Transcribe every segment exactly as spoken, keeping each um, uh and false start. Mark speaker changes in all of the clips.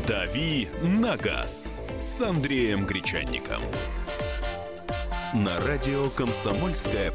Speaker 1: «Дави на газ» с Андреем Гречанником. На радио «Комсомольская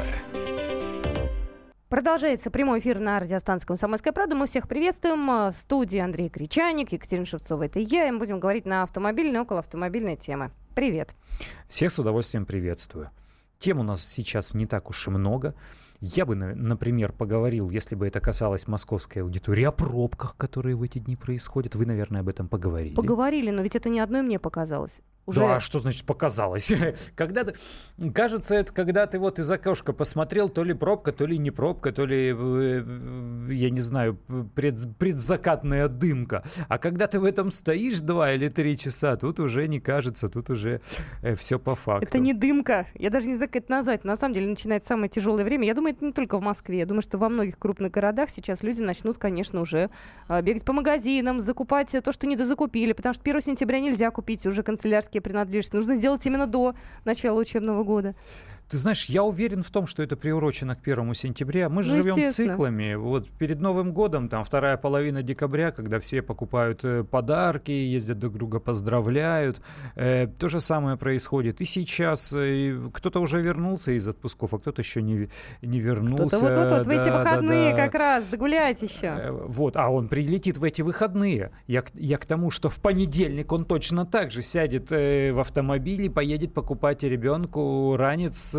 Speaker 1: правда».
Speaker 2: Продолжается прямой эфир на радиостанции «Комсомольская правда». Мы всех приветствуем. В студии Андрей Гречанник, Екатерина Шевцова. Это я. И мы будем говорить на автомобильные, околоавтомобильные темы. Привет.
Speaker 3: Всех с удовольствием приветствую. Тем у нас сейчас не так уж и много. Я бы, например, поговорил, если бы это касалось московской аудитории, о пробках, которые в эти дни происходят. Вы, наверное, об этом поговорили.
Speaker 2: Поговорили, но ведь это не одной мне показалось. Уже...
Speaker 3: Да, а что значит показалось? Когда ты, кажется, это когда ты вот из окошка посмотрел, то ли пробка, то ли не пробка, то ли, я не знаю, пред, предзакатная дымка. А когда ты в этом стоишь два или три часа, тут уже не кажется, тут уже э, все по факту.
Speaker 2: Это не дымка. Я даже не знаю, как это назвать. На самом деле начинается самое тяжелое время. Я думаю, это не только в Москве. Я думаю, что во многих крупных городах сейчас люди начнут, конечно, уже э, бегать по магазинам, закупать то, что недозакупили, потому что первого сентября нельзя купить уже канцелярские принадлежности. Нужно сделать именно до начала учебного года.
Speaker 3: Ты знаешь, я уверен в том, что это приурочено к первому сентября. Мы же ну, живем циклами. Вот перед Новым годом, там вторая половина декабря, когда все покупают э, подарки, ездят друг друга поздравляют. Э, то же самое происходит и сейчас. Э, кто-то уже вернулся из отпусков, а кто-то еще не, не вернулся.
Speaker 2: Кто-то вот-вот в эти
Speaker 3: да,
Speaker 2: выходные
Speaker 3: да, да.
Speaker 2: как раз догулять еще.
Speaker 3: Э, вот, а он прилетит в эти выходные. Я, я к тому, что в понедельник он точно так же сядет э, в автомобиль и поедет покупать ребенку ранец,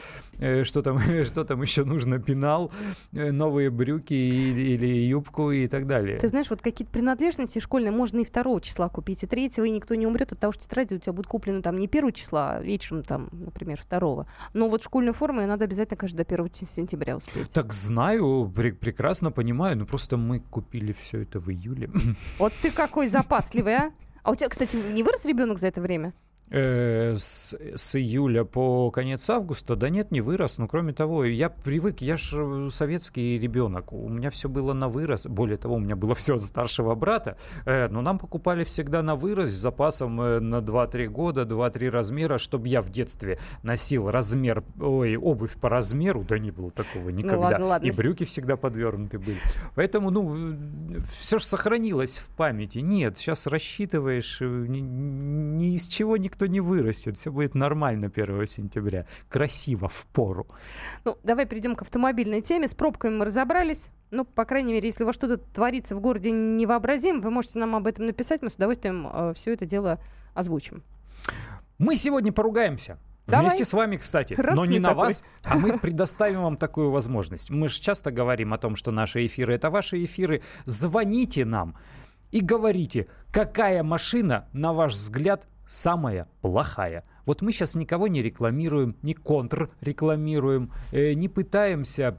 Speaker 3: что там, что там еще нужно, пенал, новые брюки или, или юбку и так далее.
Speaker 2: Ты знаешь, вот какие-то принадлежности школьные можно и второго числа купить, и третьего, и никто не умрет от того, что тетради у тебя будут куплены там не первого числа, а вечером там, например, второго. Но вот школьную форму ее надо обязательно, конечно, до первого сентября успеть.
Speaker 3: Так знаю, пр- прекрасно понимаю, но просто мы купили все это в июле.
Speaker 2: Вот ты какой запасливый, а? А у тебя, кстати, не вырос ребенок за это время?
Speaker 3: Э, с, с июля по конец августа, да нет, не вырос. Но кроме того, я привык, я же советский ребенок, у меня все было на вырос. Более того, у меня было все от старшего брата, э, но нам покупали всегда на вырос с запасом э, на два-три года, два-три размера, чтобы я в детстве носил размер, ой, обувь по размеру, да не было такого никогда. Ну, ладно, ладно. И брюки всегда подвернуты были. Поэтому, ну, все же сохранилось в памяти. Нет, сейчас рассчитываешь, ни, ни из чего никто не вырастет, все будет нормально первого сентября. Красиво, в пору.
Speaker 2: Ну, давай перейдем к автомобильной теме. С пробками мы разобрались. Ну, по крайней мере, если у вас что-то творится в городе невообразимо, вы можете нам об этом написать. Мы с удовольствием э, все это дело озвучим.
Speaker 3: Мы сегодня поругаемся.
Speaker 2: Давай.
Speaker 3: Вместе с вами, кстати,
Speaker 2: Родственный
Speaker 3: но не на
Speaker 2: такой.
Speaker 3: вас, а мы предоставим вам такую возможность. Мы же часто говорим о том, что наши эфиры — это ваши эфиры. Звоните нам и говорите, какая машина, на ваш взгляд, самая плохая. Вот мы сейчас никого не рекламируем, не контррекламируем, э, не пытаемся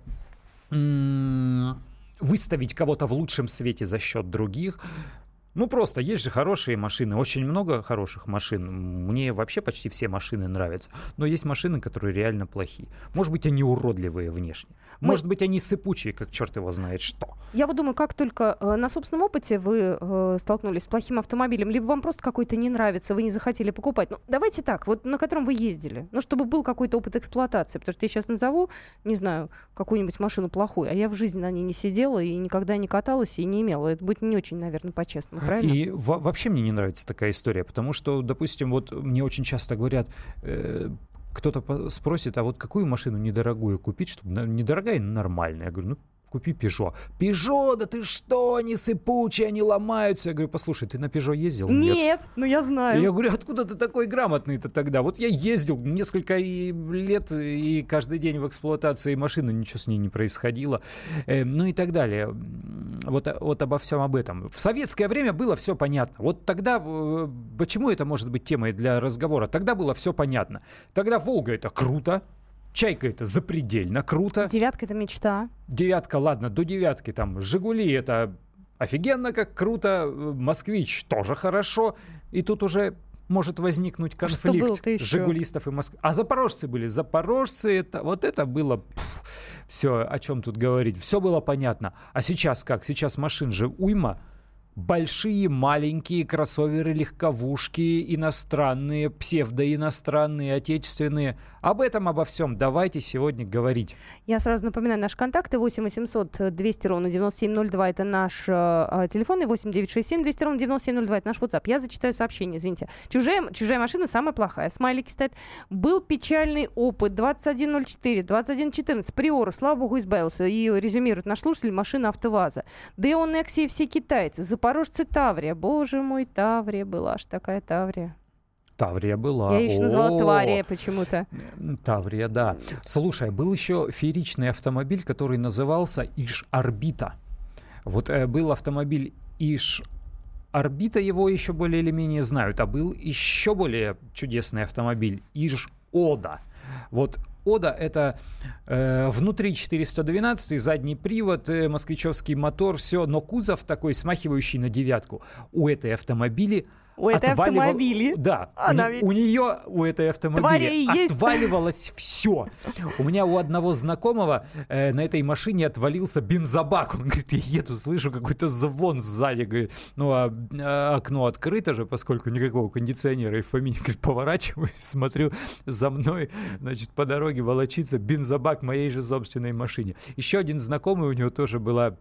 Speaker 3: м- выставить кого-то в лучшем свете за счет других. Ну, просто есть же хорошие машины, очень много хороших машин. Мне вообще почти все машины нравятся. Но есть машины, которые реально плохие. Может быть, они уродливые внешне. Может Мы... быть, они сыпучие, как черт его знает что.
Speaker 2: Я вот думаю, как только э, на собственном опыте вы э, столкнулись с плохим автомобилем, либо вам просто какой-то не нравится, вы не захотели покупать. Ну, давайте так, вот на котором вы ездили. Ну, чтобы был какой-то опыт эксплуатации. Потому что я сейчас назову, не знаю, какую-нибудь машину плохую, а я в жизни на ней не сидела и никогда не каталась и не имела. Это будет не очень, наверное, по-честному. Правильно?
Speaker 3: И в- вообще мне не нравится такая история, потому что, допустим, вот мне очень часто говорят, э, кто-то по- спросит, а вот какую машину недорогую купить, чтобы на- недорогая и нормальная? Я говорю, ну, купи Peugeot. Peugeot, да ты что, они сыпучие, они ломаются. Я говорю, послушай, ты на Peugeot ездил?
Speaker 2: Нет. Нет, ну я знаю.
Speaker 3: Я говорю, откуда ты такой грамотный-то тогда? Вот я ездил несколько лет и каждый день в эксплуатации машины, ничего с ней не происходило. Э, ну и так далее. Вот, вот обо всем об этом. В советское время было все понятно. Вот тогда, э, почему это может быть темой для разговора? Тогда было все понятно. Тогда Волга — это круто. Чайка — это запредельно круто.
Speaker 2: Девятка — это мечта.
Speaker 3: Девятка, ладно, до девятки там. Жигули — это офигенно как круто. Москвич тоже хорошо. И тут уже может возникнуть конфликт жигулистов и москвичей. А запорожцы были. Запорожцы, это, вот это было... Пфф, все, о чем тут говорить. Все было понятно. А сейчас как? Сейчас машин же уйма. Большие, маленькие кроссоверы, легковушки, иностранные, псевдоиностранные, отечественные. Об этом, обо всем давайте сегодня говорить.
Speaker 2: Я сразу напоминаю, наши контакты восемь восемьсот двести ровно девяносто семь ноль два, это наш э, телефон, и восемь девятьсот шестьдесят семь двести ровно девяносто семь ноль два, это наш WhatsApp. Я зачитаю сообщение, извините. Чужая, чужая машина самая плохая. Смайлики стоят. Был печальный опыт. двадцать один ноль четыре, двадцать один четырнадцать. Приора, слава богу, избавился. И резюмирует наш слушатель, машина АвтоВАЗа. Деон Экси, все китайцы. Запорожцы Таврия. Боже мой, Таврия была ж такая Таврия.
Speaker 3: Таврия была.
Speaker 2: Я ее еще назвала Твария почему-то.
Speaker 3: Таврия, да. Слушай, был еще фееричный автомобиль, который назывался Иж-Орбита. Вот э, был автомобиль Иж-Орбита, его еще более или менее знают, а был еще более чудесный автомобиль Иж-Ода. Вот Ода — это э, внутри четыреста двенадцать, задний привод, э, москвичевский мотор, все, но кузов такой, смахивающий на девятку. У этой автомобиля
Speaker 2: У этой
Speaker 3: Отваливал...
Speaker 2: автомобили.
Speaker 3: Да.
Speaker 2: Она
Speaker 3: у,
Speaker 2: ведь...
Speaker 3: у нее, у этой автомобиля отваливалось все. У меня у одного знакомого э, на этой машине отвалился бензобак. Он говорит, я еду, слышу какой-то звон сзади. Говорит, ну а, а окно открыто же, поскольку никакого кондиционера и в помине. Говорит, поворачиваюсь, смотрю, за мной, значит, по дороге волочится бензобак моей же собственной машине. Еще один знакомый, у него тоже была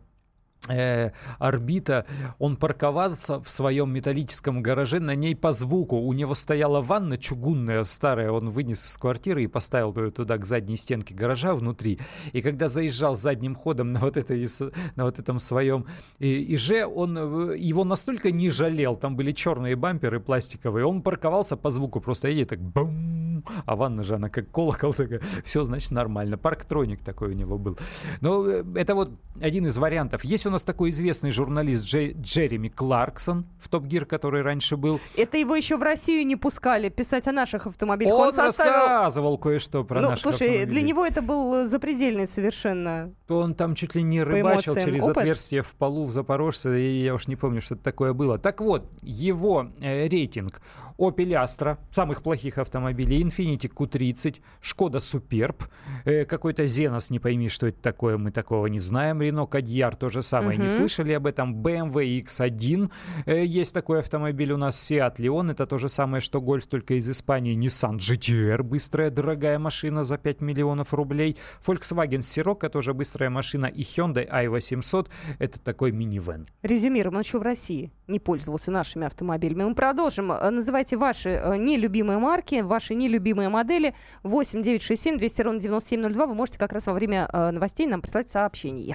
Speaker 3: Э, орбита, он парковался в своем металлическом гараже, на ней по звуку. У него стояла ванна чугунная, старая, он вынес из квартиры и поставил ее туда к задней стенке гаража внутри. И когда заезжал задним ходом на вот, этой, на вот этом своем Иже, он его настолько не жалел, там были черные бамперы пластиковые, он парковался по звуку, просто едет так бум, а ванна же она как колокол такая, все, значит, нормально. Парктроник такой у него был. Но это вот один из вариантов. Есть у нас такой известный журналист Джей, Джереми Кларксон в Топ Гир, который раньше был.
Speaker 2: Это его еще в Россию не пускали писать о наших автомобилях.
Speaker 3: Он,
Speaker 2: Он составил...
Speaker 3: рассказывал кое-что про
Speaker 2: ну,
Speaker 3: наши
Speaker 2: слушай,
Speaker 3: автомобили.
Speaker 2: Для него это был запредельный совершенно.
Speaker 3: Он там чуть ли не рыбачил через
Speaker 2: опыт.
Speaker 3: отверстие в полу в Запорожце, и я уж не помню, что это такое было. Так вот, его э, рейтинг: Opel Astra, самых плохих автомобилей, Infiniti кью тридцать, Skoda Superb, э, какой-то Xenos, не пойми, что это такое, мы такого не знаем, Renault Kadjar, то же самое, uh-huh. не слышали об этом, бэ эм вэ икс один, э, есть такой автомобиль у нас, Seat Leon, это то же самое, что Golf, только из Испании, Nissan джи ти ар, быстрая, дорогая машина за пять миллионов рублей, Volkswagen Sirocco, тоже быстрая машина, и Hyundai ай восемьсот, это такой минивэн.
Speaker 2: Резюмируем, он еще в России не пользовался нашими автомобилями. Мы продолжим. Называйте ваши нелюбимые марки, ваши нелюбимые модели. восемь девятьсот шестьдесят семь двести ровно девяносто семь ноль два. Вы можете как раз во время новостей нам прислать сообщения.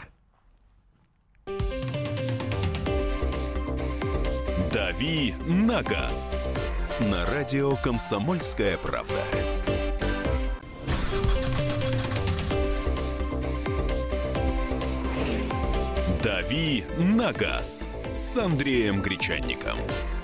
Speaker 1: «Дави на газ» на радио «Комсомольская правда». «Дави на газ» с Андреем Гречанником.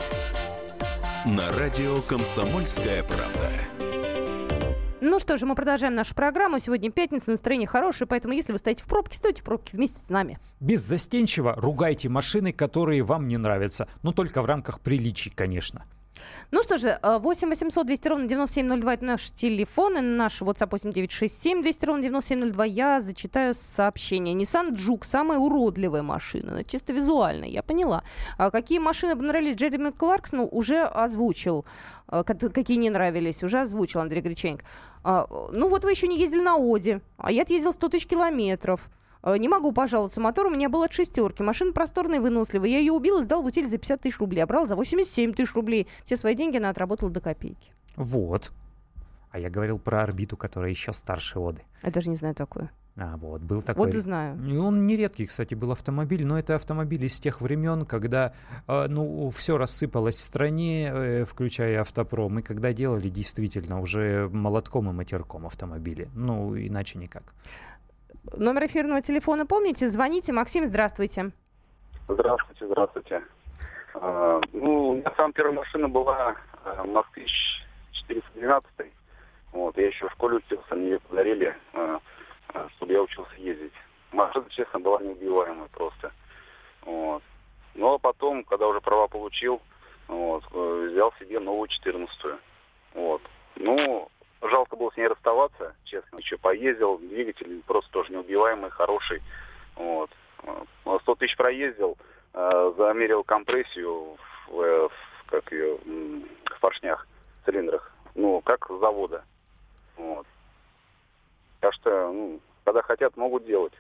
Speaker 1: На радио «Комсомольская правда».
Speaker 2: Ну что же, мы продолжаем нашу программу. Сегодня пятница, настроение хорошее, поэтому если вы стоите в пробке, стойте в пробке вместе с нами.
Speaker 3: Беззастенчиво ругайте машины, которые вам не нравятся, но только в рамках приличий, конечно.
Speaker 2: Ну что же, восемь восемьсот двести ровно девяносто семь ноль два, это наш телефон, и наш WhatsApp восемь девятьсот шестьдесят семь двести ровно девяносто семь ноль два. Я зачитаю сообщение. Nissan Juke — самая уродливая машина, чисто визуально, я поняла. А какие машины понравились Джереми Кларксону, уже озвучил. Какие не нравились, уже озвучил Андрей Гречанник. А, ну вот вы еще не ездили на Оде, а я ездил сто тысяч километров. Не могу пожаловаться, мотор у меня был от шестерки. Машина просторная и выносливая. Я ее убил и сдал в утиль за пятьдесят тысяч рублей. А брал за восемьдесят семь тысяч рублей. Все свои деньги она отработала до копейки.
Speaker 3: Вот. А я говорил про орбиту, которая еще старше Оды.
Speaker 2: Я даже не знаю такое.
Speaker 3: А, вот, был такой.
Speaker 2: Оду знаю.
Speaker 3: И он нередкий, кстати, был автомобиль, но это автомобиль из тех времен, когда э, ну, все рассыпалось в стране, э, включая автопром, и когда делали действительно уже молотком и матерком автомобили. Ну, иначе никак.
Speaker 2: Номер эфирного телефона помните? Звоните. Максим, здравствуйте.
Speaker 4: Здравствуйте, здравствуйте. А, ну, у меня самая первая машина была а, Москвич четыреста двенадцать. Вот, я еще в школе учился, мне ее подарили, а, а, чтобы я учился ездить. Машина, честно, была неубиваемая просто. Вот. Ну, а потом, когда уже права получил, вот, взял себе новую четырнадцатую. Вот. Ну, жалко было с ней расставаться, честно. Еще поездил, двигатель просто тоже неубиваемый, хороший. Вот. сто тысяч проездил, э, замерил компрессию в, в, как ее, в поршнях, цилиндрах. Ну, как с завода. Вот. Так что, ну, когда хотят, могут делать.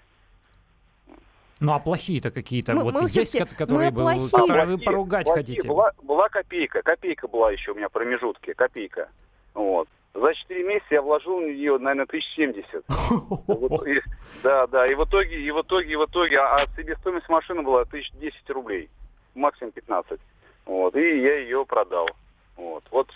Speaker 3: Ну, а плохие-то какие-то
Speaker 2: Мы-
Speaker 3: вот
Speaker 2: мы
Speaker 3: есть,
Speaker 2: всё-таки-
Speaker 3: которые,
Speaker 2: мы
Speaker 3: был-
Speaker 2: плохие.
Speaker 3: которые вы
Speaker 4: Плохие,
Speaker 3: поругать
Speaker 4: плохие.
Speaker 3: хотите?
Speaker 4: Была, была копейка, копейка была еще у меня в промежутке, копейка. Вот. За четыре месяца я вложил в нее, наверное, тысяч семьдесят. Вот, и- Да, да, и в итоге, и в итоге, и в итоге, а, а себестоимость машины была тысяч десять рублей, максимум пятнадцать. Вот, и я ее продал. Вот, вот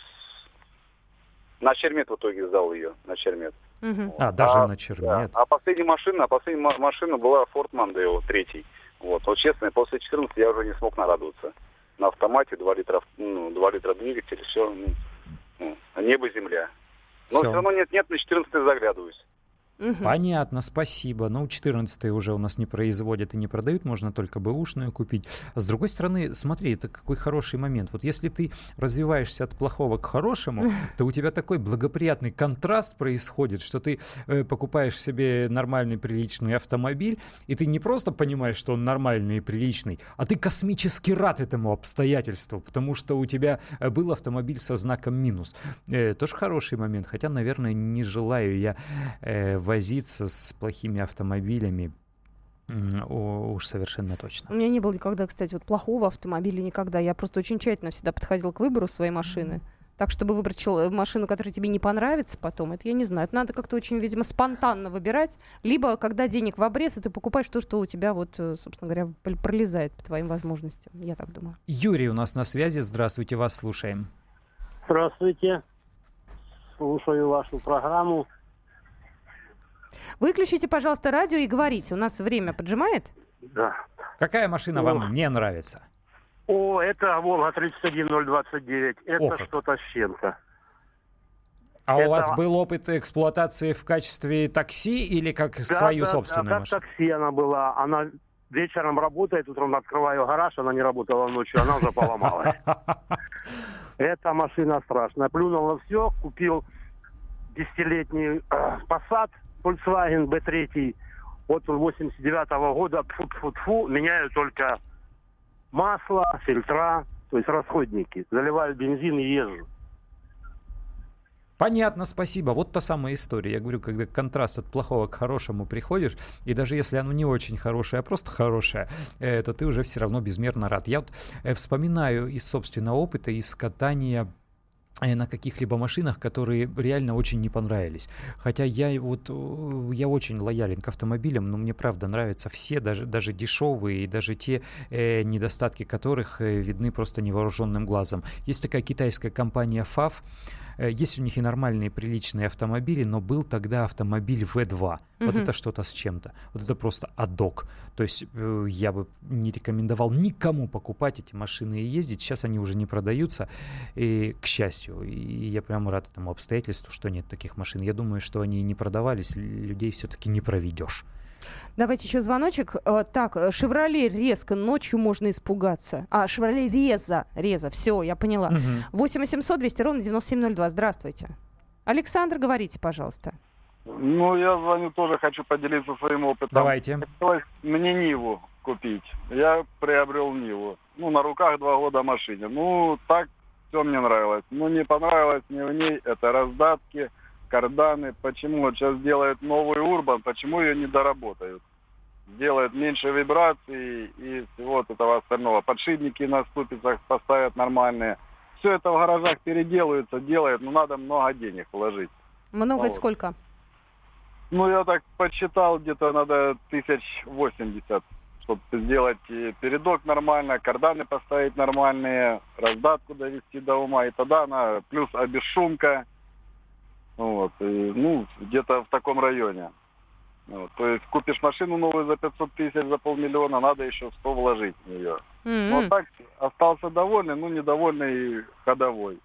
Speaker 4: на Чермет в итоге сдал ее, на Чермет.
Speaker 2: Мгм.
Speaker 4: Вот.
Speaker 3: А, даже
Speaker 4: А,
Speaker 3: на Чермет.
Speaker 4: да. А последняя машина, а последняя ма- машина была Ford Mondeo, третий. Вот, вот честно, после четырнадцати я уже не смог нарадоваться. На автомате, два литра, ну, два литра двигателя, все, ну, ну, небо, земля. Но
Speaker 3: Всё.
Speaker 4: все равно нет-нет, на четырнадцатый заглядываюсь.
Speaker 2: Мгм.
Speaker 3: Понятно, спасибо. Ну, четырнадцатые уже у нас не производят и не продают, можно только бэушную купить. А с другой стороны, смотри, это какой хороший момент. Вот если ты развиваешься от плохого к хорошему, то у тебя такой благоприятный контраст происходит, что ты э, покупаешь себе нормальный приличный автомобиль, и ты не просто понимаешь, что он нормальный и приличный, а ты космически рад этому обстоятельству, потому что у тебя э, был автомобиль со знаком минус. Э, тоже хороший момент, хотя, наверное, не желаю я э, возиться с плохими автомобилями. М, о, уж совершенно
Speaker 2: У
Speaker 3: точно.
Speaker 2: меня не было никогда, кстати, вот плохого автомобиля никогда. Я просто очень тщательно всегда подходила к выбору своей машины. Так, чтобы выбрать чел- машину, которая тебе не понравится потом, это я не знаю. Это надо как-то очень, видимо, спонтанно выбирать. Либо, когда денег в обрез, и ты покупаешь то, что у тебя, вот, э, собственно говоря, пол- пролезает по твоим возможностям. Я так думаю.
Speaker 3: Юрий у нас на связи. Здравствуйте, вас слушаем.
Speaker 5: Здравствуйте. Слушаю вашу программу.
Speaker 2: Выключите, пожалуйста, радио и говорите. У нас время поджимает.
Speaker 5: Да.
Speaker 3: Какая машина
Speaker 5: Ох.
Speaker 3: вам не нравится?
Speaker 5: О, это Волга тридцать один ноль двадцать девять. Это
Speaker 3: О, как.
Speaker 5: что-то с чем-то.
Speaker 3: А
Speaker 5: Это-
Speaker 3: у вас был опыт эксплуатации в качестве такси или как
Speaker 5: Да,
Speaker 3: свою
Speaker 5: да,
Speaker 3: собственную
Speaker 5: да, как
Speaker 3: машину?
Speaker 5: такси она была. Она вечером работает, утром открываю гараж, она не работала ночью, она уже поломалась. Эта машина страшная. Плюнул на все, купил десятилетний э, Passat Volkswagen би три. Вот он восемьдесят девятого года, тьфу-тьфу-тьфу, меняю только масло, фильтра, то есть расходники. Заливаю бензин и езжу.
Speaker 3: Понятно, спасибо. Вот та самая история. Я говорю, когда контраст от плохого к хорошему приходишь, и даже если оно не очень хорошее, а просто хорошее, э, то ты уже все равно безмерно рад. Я вот э, вспоминаю из собственного опыта, из катания э, на каких-либо машинах, которые реально очень не понравились. Хотя я вот э, я очень лоялен к автомобилям, но мне правда нравятся все, даже, даже дешевые, и даже те э, недостатки которых э, видны просто невооруженным глазом. Есть такая китайская компания фав. Э, Есть у них и нормальные, приличные автомобили, но был тогда автомобиль вэ два. Вот
Speaker 2: Мгм.
Speaker 3: это что-то с чем-то. Вот это просто адок. То есть э, я бы не рекомендовал никому покупать эти машины и ездить. Сейчас они уже не продаются, и, к счастью. И я прямо рад этому обстоятельству, что нет таких машин. Я думаю, что они и не продавались, л- людей все-таки не проведешь.
Speaker 2: Давайте еще звоночек. Э, Так, э, «Шевроле резко ночью можно испугаться». А, «Шевроле Реза». Реза, все, я поняла.
Speaker 3: Мгм.
Speaker 2: восемь восемьсот двести ровно девяносто семь ноль два. Здравствуйте. Александр, говорите, пожалуйста.
Speaker 6: Ну, я звоню тоже, хочу поделиться своим опытом.
Speaker 3: Давайте.
Speaker 6: Хотелось мне Ниву купить. Я приобрел Ниву. Ну, на руках два года машине. Ну, так все мне нравилось. Но не понравилось мне в ней это раздатки, карданы. Почему вот сейчас делают новый Урбан, почему ее не доработают? Делают меньше вибраций и всего вот этого остального. Подшипники на ступицах поставят нормальные. Все это в гаражах переделывается, делают, но надо много денег вложить.
Speaker 2: Много это
Speaker 6: Вот.
Speaker 2: сколько?
Speaker 6: Ну, я так подсчитал, где-то надо тысяч восемьдесят, чтобы сделать и передок нормально, карданы поставить нормальные, раздатку довести до ума, и тогда она, плюс обесшумка, вот, и, ну, где-то в таком районе. Вот, то есть купишь машину новую за пятьсот тысяч, за полмиллиона, надо еще сто вложить в нее.
Speaker 2: М-м.
Speaker 6: Ну, а так остался довольный, ну, недовольный ходовой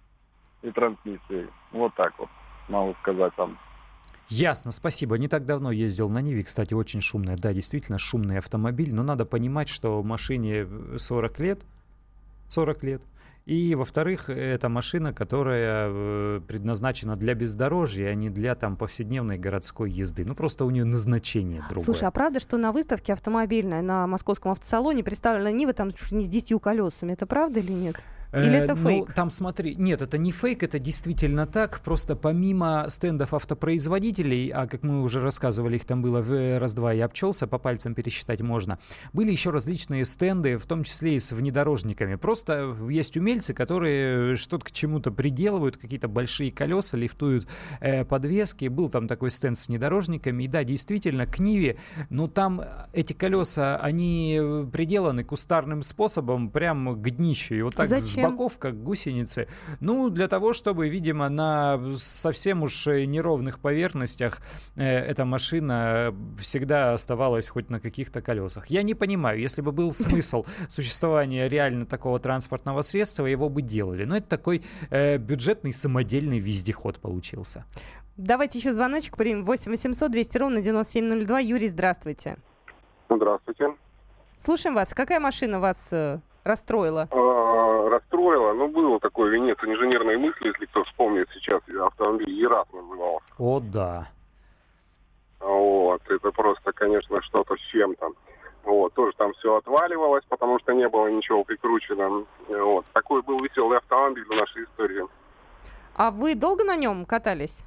Speaker 6: и трансмиссией. Вот так вот, могу сказать вам.
Speaker 3: Ясно, спасибо. Не так давно ездил на Ниве, кстати, очень шумная. Да, действительно, шумный автомобиль, но надо понимать, что машине сорок лет, сорок лет. И, во-вторых, это машина, которая э, предназначена для бездорожья, а не для там повседневной городской езды. Ну, просто у нее назначение другое.
Speaker 2: Слушай, а правда, что на выставке автомобильной на московском автосалоне представлена Нива там чуть не с десятью колесами? Это правда или нет? Или это
Speaker 3: Э,
Speaker 2: фейк?
Speaker 3: Ну, там смотри, нет, это не фейк, это действительно так. Просто помимо стендов автопроизводителей, а как мы уже рассказывали, их там было в раз-два, я обчелся, по пальцам пересчитать можно, были еще различные стенды, в том числе и с внедорожниками. Просто есть умельцы, которые что-то к чему-то приделывают, какие-то большие колеса, лифтуют э, подвески. Был там такой стенд с внедорожниками. И да, действительно, к Ниве, но там эти колеса, они приделаны кустарным способом прямо к днищу. И вот так
Speaker 2: Зачем?
Speaker 3: с боков, как гусеницы. Ну, для того, чтобы, видимо, на совсем уж неровных поверхностях э, эта машина всегда оставалась хоть на каких-то колесах. Я не понимаю, если бы был смысл существования реально такого транспортного средства, его бы делали. Но это такой э, бюджетный самодельный вездеход получился.
Speaker 2: Давайте еще звоночек примем. восемь восемьсот двести ровно девяносто семь ноль два. Юрий, здравствуйте.
Speaker 4: Здравствуйте.
Speaker 2: Слушаем вас. Какая машина вас э, расстроила?
Speaker 4: А, расстроило, ну, было такое венец инженерной мысли, если кто вспомнит сейчас, автомобиль Ярас назывался.
Speaker 3: О, да.
Speaker 4: Вот, это просто, конечно, что-то с чем-то. Вот, тоже там все отваливалось, потому что не было ничего прикручено. Вот, такой был веселый автомобиль в нашей истории.
Speaker 2: А вы долго на нем катались?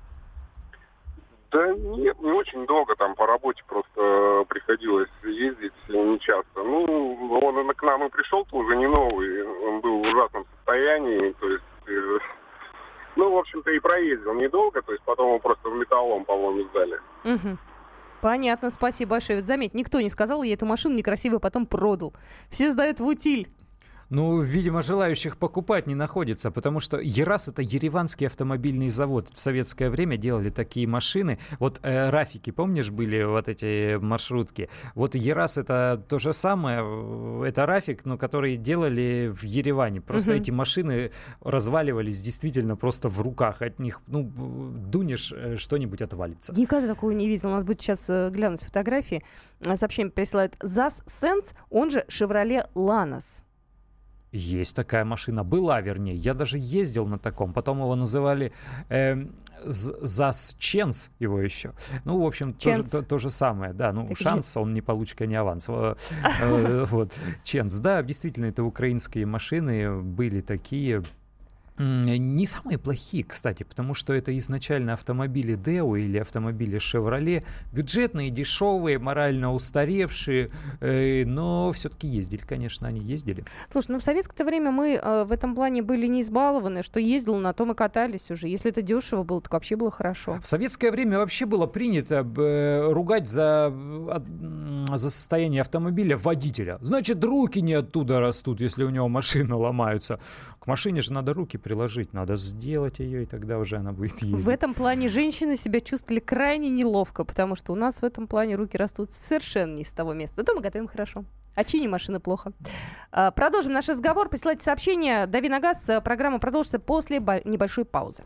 Speaker 4: Да нет, не очень долго, там по работе просто приходилось ездить не часто. Ну, он к нам и пришел-то уже не новый, он был в ужасном состоянии, то есть, э, ну, в общем-то, и проездил недолго, то есть потом его просто в металлом, по-моему, сдали.
Speaker 2: Угу. Понятно, спасибо большое. Вот заметь, никто не сказал, я эту машину некрасиво потом продал. Все сдают в утиль.
Speaker 3: Ну, видимо, желающих покупать не находится, потому что Ярас — это ереванский автомобильный завод. В советское время делали такие машины. Вот э, Рафики, помнишь, были вот эти маршрутки? Вот Ярас — это то же самое, это Рафик, но который делали в Ереване. Просто
Speaker 2: Мгм.
Speaker 3: эти машины разваливались действительно просто в руках. От них, ну, дунешь, э, что-нибудь отвалится.
Speaker 2: Никогда такого не видел. Надо будет сейчас э, глянуть фотографии. А, Сообщение присылают. ЗАЗ Сенс, он же Chevrolet Lanos.
Speaker 3: Есть такая машина. Была, вернее. Я даже ездил на таком. Потом его называли э, ЗАЗ Ченс, его еще. Ну, в общем, то же, то, то же самое. Да, ну,
Speaker 2: Так
Speaker 3: шанс, он не получка, не аванс. Э, э, Вот. Ченс. Да, действительно, это украинские машины были такие. М, Не самые плохие, кстати, потому что это изначально автомобили Део или автомобили Chevrolet, бюджетные, дешевые, морально устаревшие, э, но все-таки ездили, конечно, они ездили.
Speaker 2: Слушай, ну в советское время мы э, в этом плане были не избалованы, что ездил, на том и катались уже. Если это дешево было, так вообще было хорошо.
Speaker 3: В советское время вообще было принято э, ругать за, от- м, за состояние автомобиля водителя. Значит, руки не оттуда растут, если у него машины ломаются. К машине же надо руки приложить, надо сделать ее, и тогда уже она будет ездить.
Speaker 2: В этом плане женщины себя чувствовали крайне неловко, потому что у нас в этом плане руки растут совершенно не с того места. Зато мы готовим хорошо. А чиним машины плохо. А, Продолжим наш разговор. Присылайте сообщения. Дави на газ. А, Программа продолжится после бо- небольшой паузы.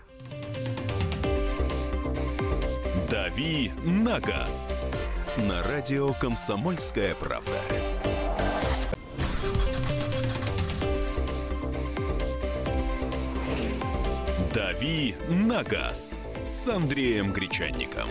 Speaker 1: «Дави на газ» на радио «Комсомольская правда». «Дави на газ» с Андреем Гречанником.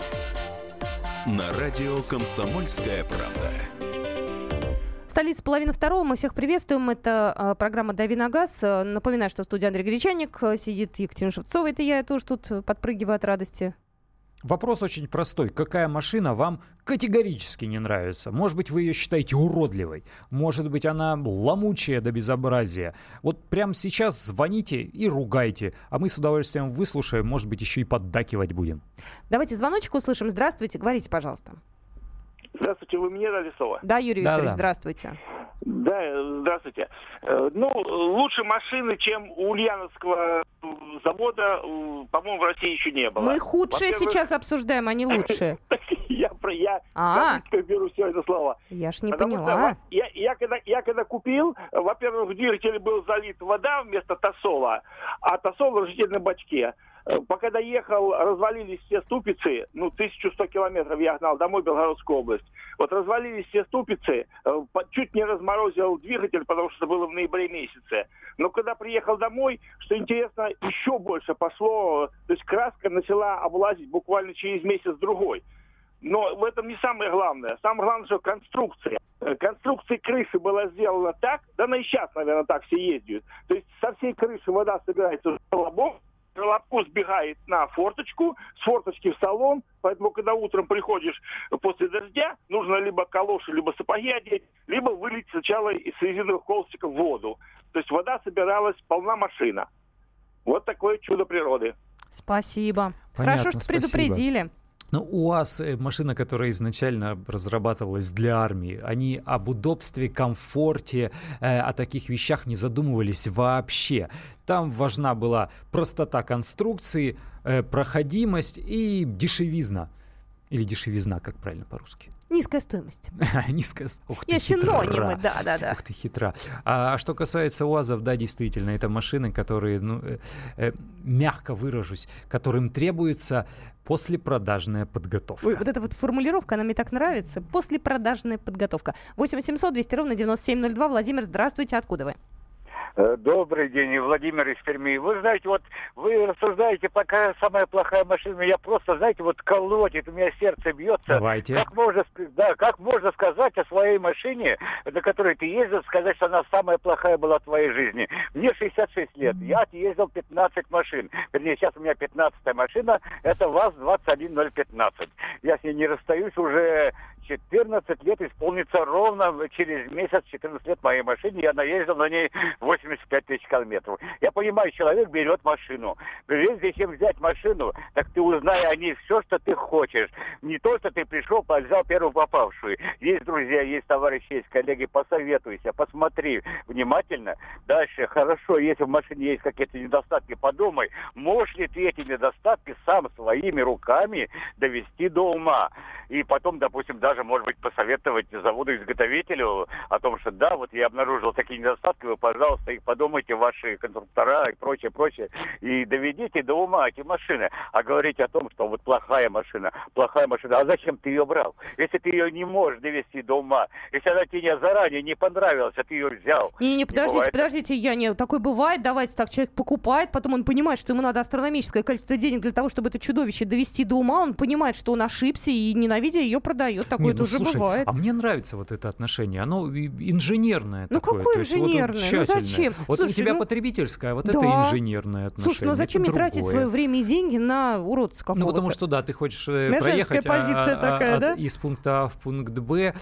Speaker 1: На радио «Комсомольская правда».
Speaker 2: Столица, половина второго. Мы всех приветствуем. Это а, программа «Дави на газ». А, Напоминаю, что в студии Андрей Гречанник. а, Сидит Екатерина Шевцова. Это я, я тоже тут а, подпрыгиваю от радости.
Speaker 3: Вопрос очень простой. Какая машина вам категорически не нравится? Может быть, вы ее считаете уродливой? Может быть, она ломучая до безобразия? Вот прямо сейчас звоните и ругайте, а мы с удовольствием выслушаем, может быть, еще и поддакивать будем.
Speaker 2: Давайте звоночек услышим. Здравствуйте. Говорите, пожалуйста.
Speaker 5: Здравствуйте, вы мне дали слово?
Speaker 2: Да, Юрий
Speaker 3: Да-да.
Speaker 2: Викторович, здравствуйте.
Speaker 5: Да, здравствуйте. Э, Ну, лучше машины, чем у Ульяновского завода, э, по-моему, в России еще не было.
Speaker 2: Мы худшие
Speaker 5: Во-первых,
Speaker 2: сейчас обсуждаем, а не лучшие.
Speaker 5: Я, про- я
Speaker 2: А,
Speaker 5: как беру все это слово.
Speaker 2: я ж не
Speaker 5: Потому что
Speaker 2: поняла.
Speaker 5: вот я, я, когда, я когда купил, во-первых, в двигателе был залит вода вместо тосола, а тосол в растительном бачке. Э, Пока доехал, развалились все ступицы, ну, тысячу сто километров я гнал домой, Белгородскую область. Вот развалились все ступицы, э, по- чуть не разморозил двигатель, потому что это было в ноябре месяце. Но когда приехал домой, что интересно, еще больше пошло, то есть краска начала облазить буквально через месяц-другой. Но в этом не самое главное. Самое главное, что конструкция.
Speaker 7: конструкция крыши была сделана так, да она и сейчас, наверное, так все ездят. То есть со всей крыши вода собирается в желобок, желобку сбегает на форточку, с форточки в салон, поэтому, когда утром приходишь после дождя, нужно либо калоши, либо сапоги одеть, либо вылить сначала из резиновых колстиков в воду. То есть вода собиралась, полна машина. Вот такое чудо природы.
Speaker 2: Спасибо.
Speaker 3: Понятно,
Speaker 2: Хорошо, что
Speaker 3: спасибо.
Speaker 2: предупредили.
Speaker 3: Ну, УАЗ, машина, которая изначально разрабатывалась для армии, они об удобстве, комфорте, э, о таких вещах не задумывались вообще. Там важна была простота конструкции, э, проходимость и дешевизна. Или дешевизна, как правильно по-русски?
Speaker 2: Низкая стоимость.
Speaker 3: Низкая стоимость. Ух ты,
Speaker 2: Есть
Speaker 3: хитра.
Speaker 2: синонимы, да-да-да.
Speaker 3: Ух ты, хитра. А, а что касается УАЗов, да, действительно, это машины, которые, ну, э, э, мягко выражусь, которым требуется послепродажная подготовка.
Speaker 2: Ой, вот эта вот формулировка, она мне так нравится. Послепродажная подготовка. восемь восемьсот двести ровно девяносто семь ноль два. Владимир, здравствуйте, откуда вы?
Speaker 8: Добрый день, Владимир из Перми. Вы знаете, вот вы рассуждаете, какая самая плохая машина. Я просто, знаете, вот колотит, у меня сердце бьется.
Speaker 3: Давайте.
Speaker 8: Как можно, да, как можно сказать о своей машине, на которой ты ездил, сказать, что она самая плохая была в твоей жизни? Мне шестьдесят шесть лет, я отъездил пятнадцать машин. Вернее, сейчас у меня пятнадцатая машина, это ВАЗ двадцать один ноль пятнадцать. Я с ней не расстаюсь уже четырнадцать лет, исполнится ровно через месяц четырнадцать лет моей машине. Я наездил на ней восемьдесят пять тысяч километров. Я понимаю, человек берет машину. Прежде чем взять машину, так ты узнай о ней все, что ты хочешь. Не то, что ты пришел, взял первую попавшую. Есть друзья, есть товарищи, есть коллеги, посоветуйся, посмотри внимательно. Дальше, хорошо, если в машине есть какие-то недостатки, подумай, можешь ли ты эти недостатки сам своими руками довести до ума. И потом, допустим, даже, может быть, посоветовать заводу-изготовителю о том, что да, вот я обнаружил такие недостатки, вы, пожалуйста, их подумайте, ваши конструктора и прочее, прочее, и доведите до ума эти машины. А говорить о том, что вот плохая машина, плохая машина, а зачем ты ее брал? Если ты ее не можешь довести до ума, если она тебе заранее не понравилась, а ты ее взял.
Speaker 2: Не-не, подождите,
Speaker 8: бывает...
Speaker 2: подождите, я не... Такое бывает, давайте так, человек покупает, потом он понимает, что ему надо астрономическое количество денег для того, чтобы это чудовище довести до ума, он понимает, что он ошибся и, ненавидя, ее продает. Такое
Speaker 3: Не, ну,
Speaker 2: тоже
Speaker 3: слушай,
Speaker 2: бывает.
Speaker 3: А мне нравится вот это отношение. Оно инженерное
Speaker 2: Ну
Speaker 3: такое.
Speaker 2: какое
Speaker 3: То есть, вот,
Speaker 2: инженерное?
Speaker 3: вот,
Speaker 2: ну зачем?
Speaker 3: Вот
Speaker 2: Слушай,
Speaker 3: у тебя
Speaker 2: ну...
Speaker 3: потребительское, а вот
Speaker 2: да.
Speaker 3: это инженерное отношение.
Speaker 2: Слушай, ну зачем
Speaker 3: это
Speaker 2: мне тратить
Speaker 3: другое.
Speaker 2: свое время и деньги на уродца какого-то?
Speaker 3: Ну, потому что, да, ты хочешь э,
Speaker 2: Женская
Speaker 3: проехать
Speaker 2: позиция
Speaker 3: а,
Speaker 2: такая,
Speaker 3: а,
Speaker 2: да?
Speaker 3: от, из пункта А в пункт Б,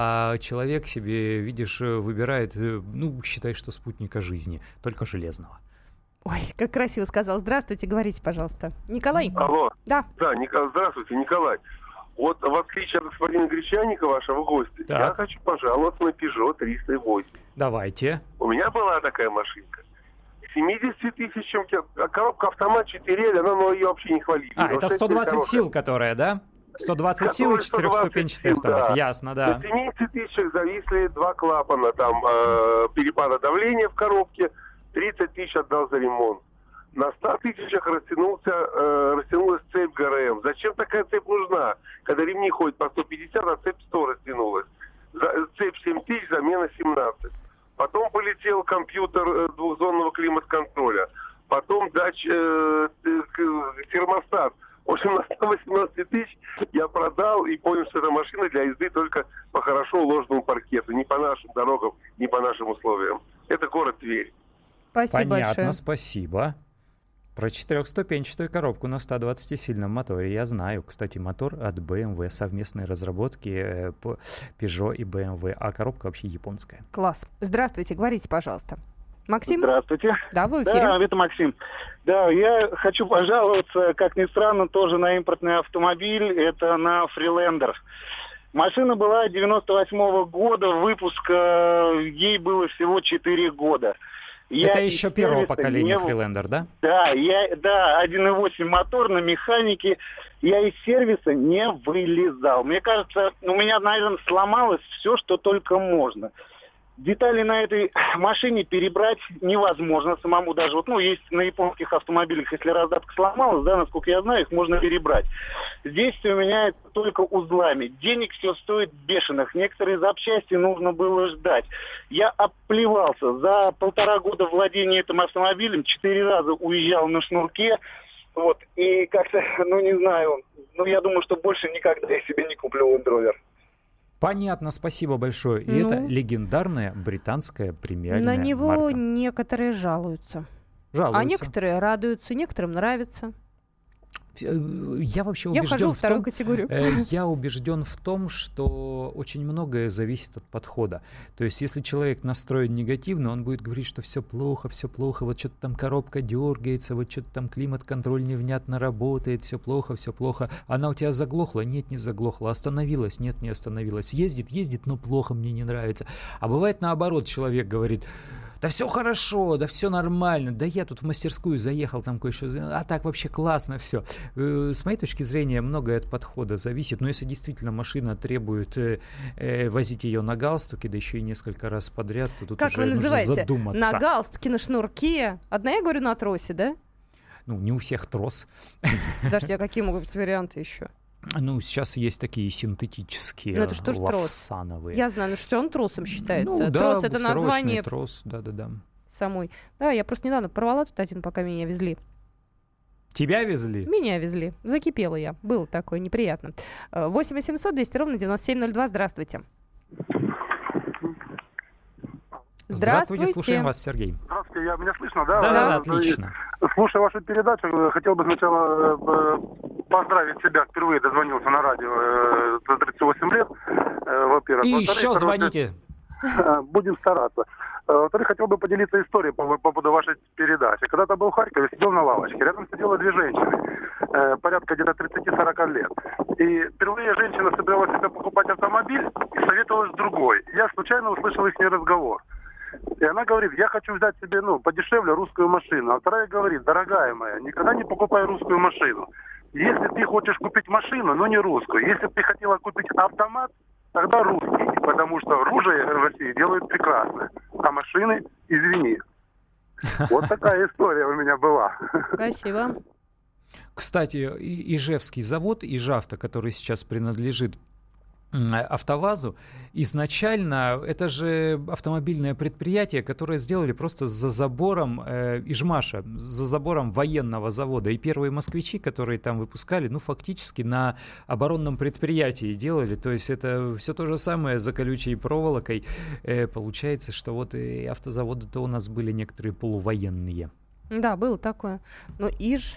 Speaker 3: а человек себе, видишь, выбирает, ну, считай, что спутника жизни, только железного.
Speaker 2: Ой, как красиво сказал. Здравствуйте, говорите, пожалуйста. Николай?
Speaker 9: Алло.
Speaker 2: Да.
Speaker 9: Да, Николай, здравствуйте, Николай. Вот в отличие от господина Гречаника, вашего гостя,
Speaker 3: Так.
Speaker 9: я хочу пожаловаться на Peugeot триста восемь.
Speaker 3: Давайте.
Speaker 9: У меня была такая машинка. семьдесят тысяч, коробка автомат четыре, она, но ее вообще не хвалили.
Speaker 3: А,
Speaker 9: Но
Speaker 3: это
Speaker 9: кстати,
Speaker 3: сто двадцать
Speaker 9: коробка.
Speaker 3: сил, которая, да? сто двадцать сил и
Speaker 9: Которая сто двадцать
Speaker 3: четырехступенчатый
Speaker 9: сил,
Speaker 3: автомат.
Speaker 9: да.
Speaker 3: Ясно, да.
Speaker 9: На семидесяти тысячах зависли два клапана, там э, перепада давления в коробке, тридцать тысяч отдал за ремонт. На ста тысячах растянулся, э, растянулась цепь ГРМ. Зачем такая цепь нужна, когда ремни ходят по сто пятьдесят, а цепь сто растянулась? За, цепь семь тысяч, замена семнадцать. Потом полетел компьютер э, двухзонного климат-контроля. Потом дач, э, э, термостат. В общем, на сто восемнадцать тысяч я продал и понял, что это машина для езды только по хорошо уложенному паркету. Не по нашим дорогам, не по нашим условиям. Это город Тверь.
Speaker 2: Спасибо
Speaker 3: Понятно,
Speaker 2: большое.
Speaker 3: спасибо. Про четырехступенчатую коробку на ста двадцатисильном моторе я знаю. Кстати, мотор от бэ эм вэ, совместные разработки э, по Peugeot и бэ эм вэ, а коробка вообще японская.
Speaker 2: Класс. Здравствуйте, говорите, пожалуйста. Максим?
Speaker 10: Здравствуйте.
Speaker 2: Да, вы в эфире.
Speaker 10: Да, это Максим. Да, я хочу пожаловаться, как ни странно, тоже на импортный автомобиль. Это на Freelander. Машина была девяносто восьмого года выпуска, ей было всего четыре года. Я
Speaker 3: это еще первого
Speaker 10: сервиса
Speaker 3: поколения
Speaker 10: не...
Speaker 3: Freelander, да?
Speaker 10: Да, я, да, один и восемь мотор на механике. Я из сервиса не вылезал. Мне кажется, у меня, наверное, сломалось все, что только можно. Детали на этой машине перебрать невозможно самому даже. Вот, ну, есть на японских автомобилях, если раздатка сломалась, да, насколько я знаю, их можно перебрать. Здесь все меняется только узлами. Денег все стоит бешеных. Некоторые запчасти нужно было ждать. Я оплевался. За полтора года владения этим автомобилем четыре раза уезжал на шнурке. Вот, и как-то, ну, не знаю, ну, я думаю, что больше никогда я себе не куплю Land Rover.
Speaker 3: Понятно, спасибо большое. И
Speaker 2: Ну.
Speaker 3: это легендарная британская премиальная
Speaker 2: На него
Speaker 3: марка.
Speaker 2: некоторые жалуются.
Speaker 3: Жалуются.
Speaker 2: А некоторые радуются, некоторым нравится.
Speaker 3: Я вообще
Speaker 2: Я
Speaker 3: убежден
Speaker 2: вхожу во
Speaker 3: в
Speaker 2: вторую
Speaker 3: том,
Speaker 2: категорию.
Speaker 3: э, я убежден в том, что очень многое зависит от подхода. То есть, если человек настроен негативно, он будет говорить, что все плохо, все плохо, вот что-то там коробка дергается, вот что-то там климат-контроль невнятно работает, все плохо, все плохо. Она у тебя заглохла? Нет, не заглохла. Остановилась? Нет, не остановилась. Ездит, ездит, но плохо, мне не нравится. А бывает наоборот, человек говорит: да все хорошо, да все нормально, да я тут в мастерскую заехал, там кое-что, а так вообще классно все. С моей точки зрения, многое от подхода зависит, но если действительно машина требует э, э, возить ее на галстуке, да еще и несколько раз подряд, то тут
Speaker 2: Как
Speaker 3: уже
Speaker 2: вы
Speaker 3: нужно
Speaker 2: называете?
Speaker 3: задуматься.
Speaker 2: На галстуке, на шнурке. Одна я говорю на тросе, да?
Speaker 3: Ну, не у всех трос.
Speaker 2: Подожди, а какие могут быть варианты еще?
Speaker 3: Ну, сейчас есть такие синтетические,
Speaker 2: Ну, это что ж трос?
Speaker 3: лавсановые.
Speaker 2: Я знаю, ну что он тросом считается.
Speaker 3: Ну, да,
Speaker 2: Трос — это
Speaker 3: буксировочный
Speaker 2: название
Speaker 3: трос, да-да-да.
Speaker 2: самой. Да, я просто недавно порвала тут один, пока меня везли.
Speaker 3: Тебя везли?
Speaker 2: Меня везли. Закипела я. Было такое неприятно. восемь восемьсот двести ровно девяносто семь ноль два. Здравствуйте.
Speaker 3: Здравствуйте, слушаем вас, Сергей.
Speaker 5: Здравствуйте, я, меня слышно, да?
Speaker 3: Да-да-да,
Speaker 5: Ну,
Speaker 3: отлично.
Speaker 5: Слушая вашу передачу, хотел бы сначала э, поздравить себя. Впервые дозвонился на радио э, за тридцать восемь лет. Э, во-первых.
Speaker 3: И
Speaker 5: Во-вторых,
Speaker 3: еще
Speaker 5: короче,
Speaker 3: звоните.
Speaker 5: э, Будем стараться. Э, Во-вторых, хотел бы поделиться историей по, по поводу вашей передачи. Когда-то был в Харькове, сидел на лавочке. Рядом сидело две женщины, э, порядка где-то тридцать-сорок лет. И впервые женщина собиралась себе покупать автомобиль и советовалась с другой. Я случайно услышал их разговор. И она говорит: я хочу взять себе, ну, подешевле русскую машину. А вторая говорит: дорогая моя, никогда не покупай русскую машину. Если ты хочешь купить машину, но не русскую. Если бы ты хотела купить автомат, тогда русский. Потому что оружие в России делают прекрасно. А машины, извини. Вот такая история у меня была.
Speaker 2: Спасибо.
Speaker 3: Кстати, И- Ижевский завод Ижавто, который сейчас принадлежит м, АвтоВАЗу, изначально это же автомобильное предприятие, которое сделали просто за забором э, Ижмаша, за забором военного завода. И первые москвичи, которые там выпускали, ну, фактически на оборонном предприятии делали. То есть это все то же самое за колючей проволокой. Э, получается, что вот и автозаводы-то у нас были некоторые полувоенные.
Speaker 2: Да, было такое. Но Иж,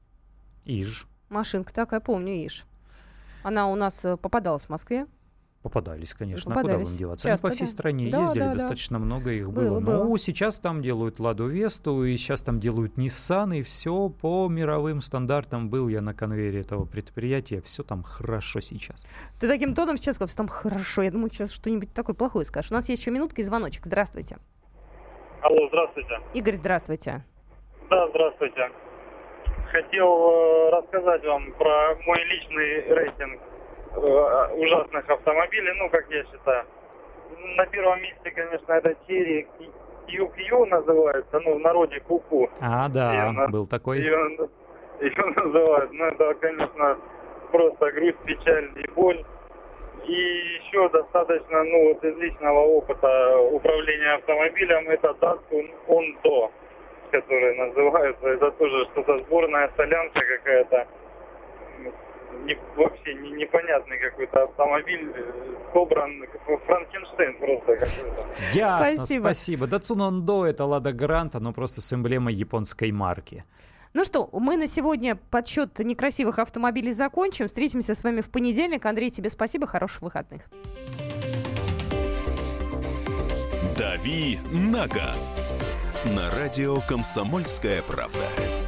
Speaker 3: Иж.
Speaker 2: машинка такая, помню, Иж. Она у нас э, попадалась в Москве.
Speaker 3: Попадались, конечно.
Speaker 2: Попадались.
Speaker 3: А куда вам деваться?
Speaker 2: Часто,
Speaker 3: Они по всей
Speaker 2: да.
Speaker 3: стране
Speaker 2: Да,
Speaker 3: ездили,
Speaker 2: да, да.
Speaker 3: достаточно много их
Speaker 2: Было,
Speaker 3: было.
Speaker 2: было.
Speaker 3: Ну, сейчас там делают Ладу Весту, и сейчас там делают Nissan, и все по мировым стандартам. Был я на конвейере этого предприятия, все там хорошо сейчас.
Speaker 2: Ты таким тоном сейчас сказал, что там хорошо. Я думаю, сейчас что-нибудь такое плохое скажешь. У нас есть еще минутка и звоночек. Здравствуйте.
Speaker 11: Алло, здравствуйте.
Speaker 2: Игорь, здравствуйте.
Speaker 11: Да, здравствуйте. Хотел э, рассказать вам про мой личный рейтинг э, ужасных автомобилей, ну, как я считаю. На первом месте, конечно, это Cherry кью кью называется, ну, в народе Ку-ку.
Speaker 3: А, да,
Speaker 11: Её,
Speaker 3: был такой.
Speaker 11: Ее, ее называют, ну, это, конечно, просто грусть, печаль и боль. И еще достаточно, ну, вот из личного опыта управления автомобилем, это Datsun Ondo, которые называются. Это тоже что-то сборная солянка какая-то. Не, вообще не, непонятный какой-то автомобиль, собран как Франкенштейн просто какой-то.
Speaker 3: Ясно,
Speaker 2: Спасибо.
Speaker 3: спасибо. Datsun Ondo — это Лада Гранта, но просто с эмблемой японской марки.
Speaker 2: Ну что, мы на сегодня подсчет некрасивых автомобилей закончим. Встретимся с вами в понедельник. Андрей, тебе спасибо. Хороших выходных.
Speaker 1: «Дави на газ» на радио «Комсомольская правда».